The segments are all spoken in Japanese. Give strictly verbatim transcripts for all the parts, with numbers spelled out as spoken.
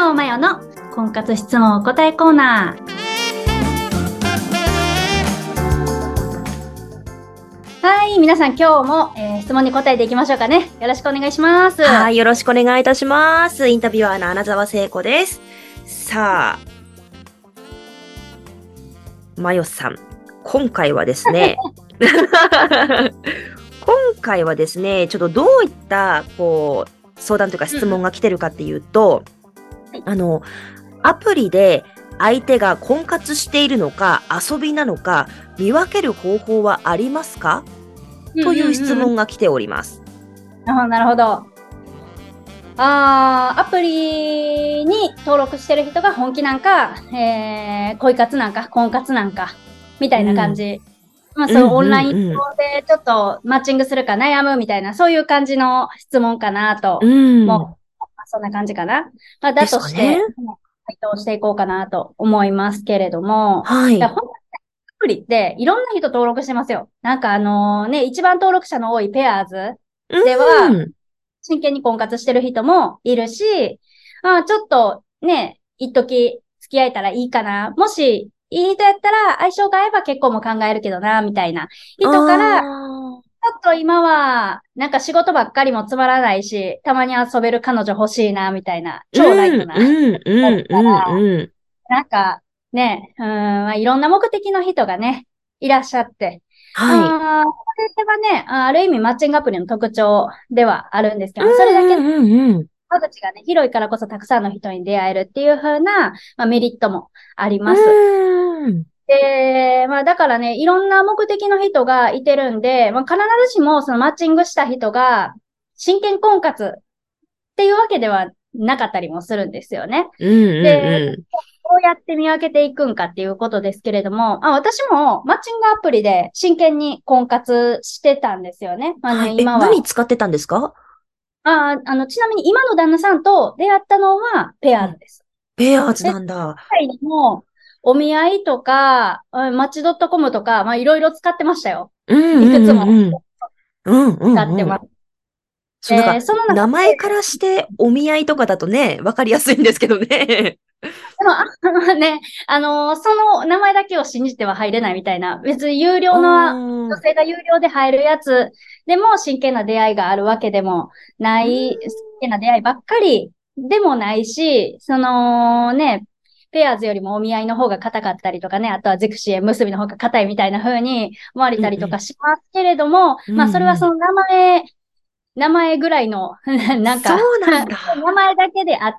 藤真代の婚活質問お答えコーナー。はい、皆さん今日も、えー、質問に答えていきましょうかね。よろしくお願いします。 はい、よろしくお願いいたします。インタビュアーの穴澤聖子です。さあ、真代さん、今回はですね、今回はですね、ちょっとどういったこう相談というか質問が来てるかっていうと、うん、あのアプリで相手が婚活しているのか遊びなのか見分ける方法はありますか、という質問が来ております。 うんうんうん、なるほど。あー、アプリに登録してる人が本気なんか、えー、恋活なんか婚活なんかみたいな感じ。うん、まあそういうオンライン上でちょっとマッチングするか悩むみたいな、そういう感じの質問かなと。うん、もうそんな感じかな。まあ、だとして、回答していこうかなと思いますけれども。 はい。 アプリっていろんな人登録してますよ。なんかあのね、一番登録者の多いペアーズでは、うん、真剣に婚活してる人もいるし、あちょっとね、一時付き合えたらいいかな。もし、いい人やったら相性が合えば結婚も考えるけどな、みたいな人から、ちょっと今は、なんか仕事ばっかりもつまらないし、たまに遊べる彼女欲しいな、みたいな、超ライトな。うん、うん、うん。なんか、ね、うん、まあ、いろんな目的の人がね、いらっしゃって。はい。あこれはね、ある意味マッチングアプリの特徴ではあるんですけど、それだけ、間口がね、広いからこそたくさんの人に出会えるっていう風な、まあ、メリットもあります。で、まあだからね、いろんな目的の人がいてるんで、まあ必ずしもそのマッチングした人が真剣婚活っていうわけではなかったりもするんですよね。うんうんうん、で、どうやって見分けていくんかっていうことですけれども、あ私もマッチングアプリで真剣に婚活してたんですよね。まあね、はい、今は。 何使ってたんですか？ ああの、ちなみに今の旦那さんと出会ったのはペアーズです。 うん、ペアーズなんだ。 もお見合いとか、マッチドットコムとか、まあいろいろ使ってましたよ。 うんうんうんうん、いくつも。うんうんうん、 使ってます。 そう、なんか、その名前からしてお見合いとかだとね、わかりやすいんですけどね。でも、あね、あのー、その名前だけを信じては入れないみたいな、別に有料な、女性が有料で入るやつでも真剣な出会いがあるわけでもない、真剣な出会いばっかりでもないし、そのね、ペアーズよりもお見合いの方が硬かったりとかね、あとはゼクシーへ結びの方が硬いみたいな風に思われたりとかしますけれども、うんうん、まあそれはその名前、名前ぐらいの、なんか、 そうなんだ名前だけであって、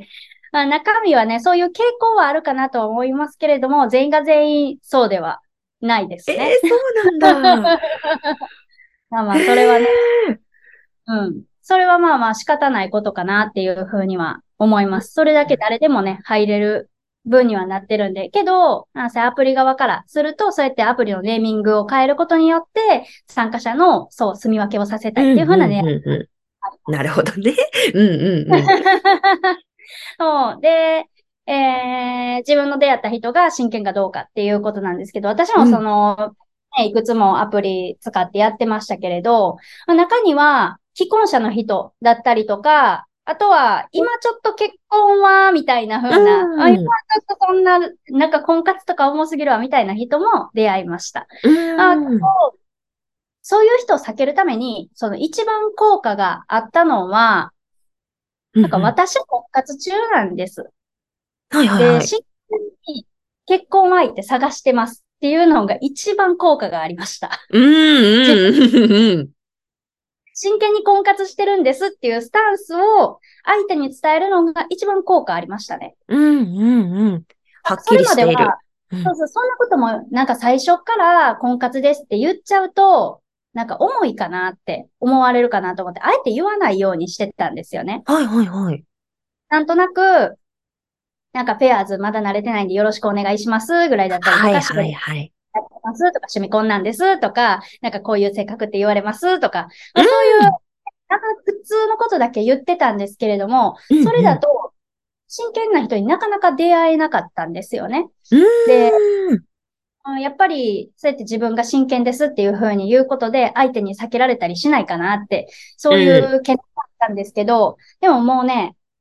まあ、中身はね、そういう傾向はあるかなと思いますけれども、全員が全員そうではないですね。 えー、そうなんだ。 まあまあ、それはね、えー、うん。それはまあまあ仕方ないことかなっていうふうには思います。それだけ誰でもね、入れる分にはなってるんで。けど、なんせアプリ側からすると、そうやってアプリのネーミングを変えることによって、参加者の、そう、住み分けをさせたいっていうふうなね。 うんうんうんうん、なるほどね。うんうんうん。 そう。で、えー、自分の出会った人が真剣かどうかっていうことなんですけど、私もその、うんね、いくつもアプリ使ってやってましたけれど、中には既婚者の人だったりとか、あとは、今ちょっと結婚は、みたいな風な、うん、あ、今ちょっとそんな、なんか婚活とか重すぎるわ、みたいな人も出会いました。うん、あそういう人を避けるために、その一番効果があったのは、なんか私婚活中なんです。 はいはいはい。 で、真剣に結婚相手探してますっていうのが一番効果がありました。 うんうんうん。 真剣に婚活してるんですっていうスタンスを相手に伝えるのが一番効果ありましたね。 うんうんうん。はっきりしている。それまでは、 うん、そうそう、そんなこともなんか最初から婚活ですって言っちゃうと、なんか重いかなって思われるかなと思って、あえて言わないようにしてたんですよね。 はいはいはい。 なんとなく、なんかペアーズまだ慣れてないんでよろしくお願いしますぐらいだったりとか、 はいはいはい。 ますとか、趣味こんなんですとか、なんかこういう性格って言われますとか、まあ、そういう、なんか普通のことだけ言ってたんですけれども、うんうん、それだと、真剣な人になかなか出会えなかったんですよね。で、やっぱり、そうやって自分が真剣ですっていうふうに言うことで、相手に避けられたりしないかなって、そういう懸念だったんですけど、うん、でももうね、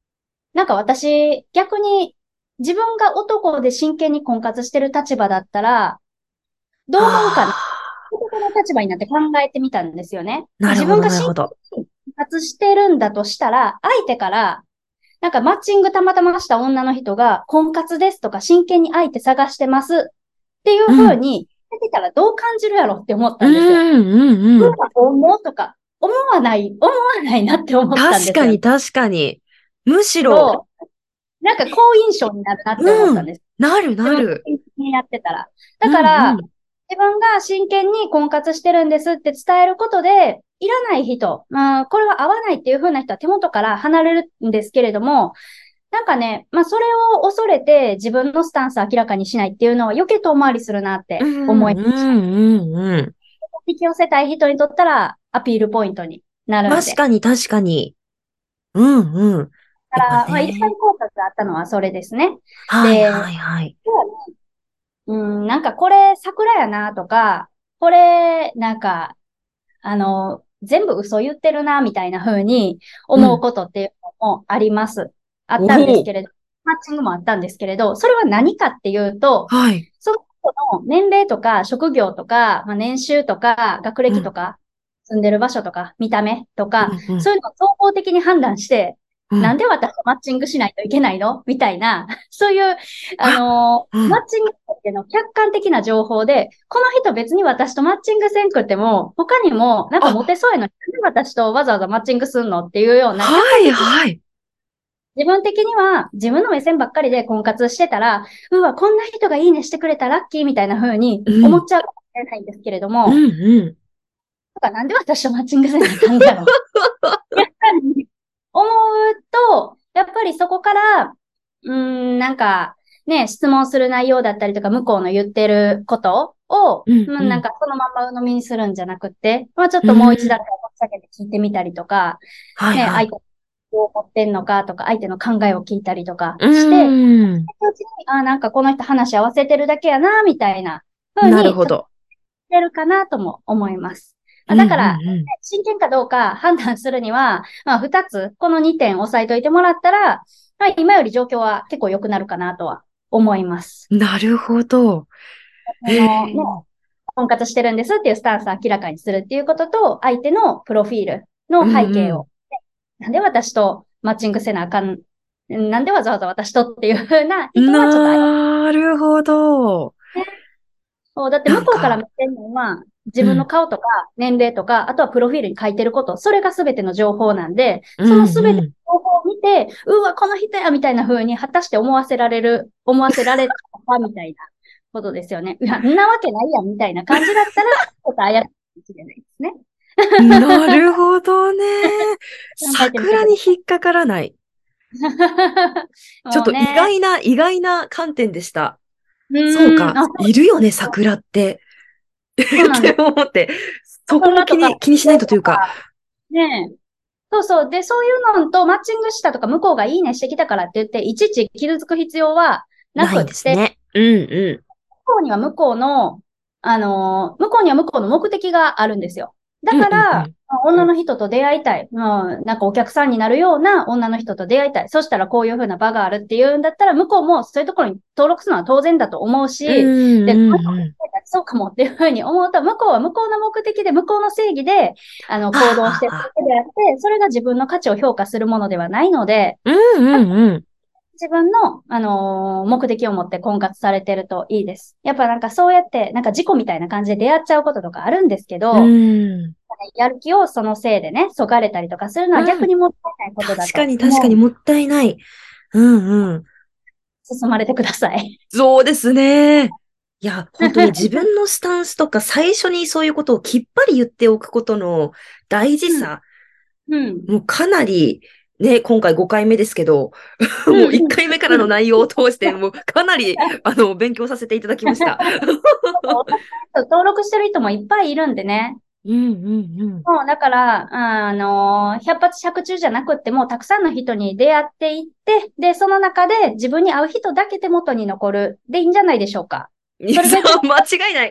なんか私、逆に自分が男で真剣に婚活してる立場だったら、どう思うかな。 あ男の立場になって考えてみたんですよね。 あ、なるほど、 自分が真なるほど。 剣に婚活してるんだとしたら、相手から、なんかマッチングたまたました女の人が、婚活ですとか真剣に相手探してますっていううん。 風に、出てたらどう感じるやろって思っうん、 たんですよ。 うん、うん。 うわ、思うとか、思わない、思わないなって思ったんですよね。 確かに、確かに。むしろ、 そう。なんか好印象になるなって思っうん。 たんです。 なる、 自分がなる。 真剣にやってたら。だうん、うから、 ん。 自分が真剣に婚活してるんですって伝えることで、いらない人、まあ、これは合わないっていう風な人は手元から離れるんですけれども、なんかね、まあそれを恐れて自分のスタンスを明らかにしないっていうのは余計遠回りするなっうて思いん、 ました。 うん、うん、うん。 引き寄せたい人にとったらアピールポイントになるんで。 確かに、確かに。うん、うん。やっぱだから、まあ一ね。 番考察あったのはそれですね。 はい、 で、 はい、はい。 うん、なんかこれ桜やなとか、これなんか、あの、全部嘘言ってるなみたいな風に思ううん。 ことっていうのもあります。あっおたんですお。 けれど、マッチングもあったんですけれど、それは何かっていうと、 はい。 その人の年齢とか職業とか、まあ、年収とか学うん、 歴とか、住んでる場所とか見た目とか、 うん、うん。 そういうのを総合的に判断して、 うん。 なんで私とマッチングしないといけないのみたいな、そういう、ああ、 のうん。 マッチングっていうの客観的な情報で、この人別に私とマッチングせんくっても、他にもなんかモテあ、 そうやのに、なんで私とわざわざマッチングすんのっていうような客はい、 観的なはい。 自分的には自分の目線ばっかりで婚活してたら、うわ、こんな人がいいねしてくれたラッキーみたいな風にうん、 思っちゃうかもしれないんですけれども、 うん、うん。 とかなんで私とマッチングせなあかんねやろ。やっぱり思うと、やっぱりそこから、うーん、なんか、ね、質問する内容だったりとか、向こうの言ってることを、 うん、 うん、なんうん。 かそのまま鵜呑みにするんじゃなくって、まあちょっうともう一段ん。 階持ち下げて聞いてみたりとか、 はい、 ね、 はい。 相手どう思ってんのかとか、相手の考えを聞いたりとかうして、 ーん。 うちに、あ、なんかこの人話合わせてるだけやな、みたいな風に、ちょっとなるほど。 出るかなとも思います。まあ、 うん、うん、 だから、 うん。 真剣かどうか判断するには、まあ、二つ、このにてん押さえといてもらったら、まあ、今より状況は結構良くなるかなとは思います。 なるほど。 あえの、ね、 え。 婚活してるんですっていうスタンスを明らかにするっていうことと、相手のプロフィールうの背ん、うん。 景を、なんで私とマッチングせなあかん、なんでわざわざ私とっていう風な人はちょっと怪しなるほど。 いね。そう、だって向こうから見なんか、 てるのは、自分のうん、 顔とか年齢とか、あとはプロフィールに書いてること、それが全ての情報なんで、 うん、 その全てうん。 の情報を見て、うわ、この人や、みたいな風に果たして思わせられる、思わせられたか、みたいなことですよね。いや、んなわけないやん、みたいな感じだったら、ちょっと怪しいかもしれないですね。 なるほどね。 考えてみてくだ桜に引っかからない。 さい。 ちょっと意もうね。 外な、意外な観点でした。 うーん、 そうか。 あ、そういるよね、 ですよ。 桜って。ってそうなんです。 思って。そこも桜とか、 気に、気にしないとというか。 とか、ね。そうそう。で、そういうのとマッチングしたとか、向こうがいいねしてきたからって言って、いちいち傷つく必要はなないんくって、 ですね。うんう向こうには向こうの、あのー向こうには向こうの目的があるんですよ。だん。うんから、 うんうん。 女の人と出会いたい。うん、なんかお客さんになるような女の人と出会いたい。そしたらこういう風な場があるっていうんだったら、向こうもそういうところに登録するのは当然だと思ううんし、で、 うんうん。 そうかもっていう風に思うと、向こうは向こうの目的で、向こうの正義で、あの、 はあ行動してるだはあはあ。 けであって、それが自分の価値を評価するものではないので、 うんうんうん。 自分の、あのー目的を持って婚活されてるといいです。やっぱなんかそうやって、なんか事故みたいな感じで出会っちゃうこととかあるんですけうど、 ん。 やる気をそのせいでね、そがれたりとかするのはうん。 逆にもったいないことだ確かに確かと思う。 にもったいない。うんうん。 進まれてください。 そうですね。いや、本当に自分のスタンスとか最初にそういうことをきっぱり言っておくことの大事うん、 さ、 うん、 もうかなり、ね、今回ごかいめですけど、 うん、 もう1 うん。 回目からの内容を通して、もうかなり、あの、勉強させていただきました。 登録してる人もいっぱいいるんでね。 うんうんうん。 もう、だから、あの、百発百中じゃなくっても、たくさんの人に出会っていって、で、その中で自分に合う人だけ手元に残る。でいいんじゃないでしょうか。 いや、 それが一番。 間違いない。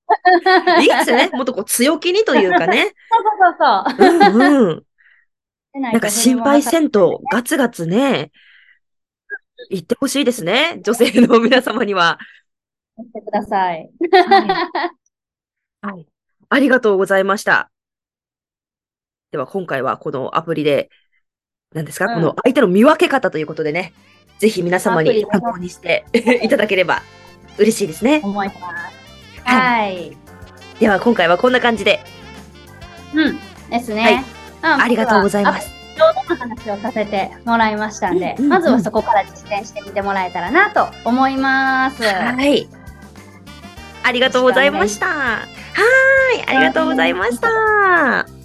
いいですよね。もっとこう強気にというかね。 そうそうそうそう。 うんうん。 なんか心配せんとガツガツね、言ってほしいですね。女性の皆様には。 言ってください。 はい。はい。ありがとうございました。では今回はこのアプリで、何ですか、うん、この相手の見分け方ということでね、ぜひ皆様に参考にしていただければ嬉しいですね。 思います。はい。はい、 では今回はこんな感じで。 うん。ですね。 はい。ありがとうございます。 上手な話をさせてもらいましたんで、うんうんうん、まずはそこから実践してみてもらえたらなと思います。 はい。ありがとうございました。はい。ありがとうございました。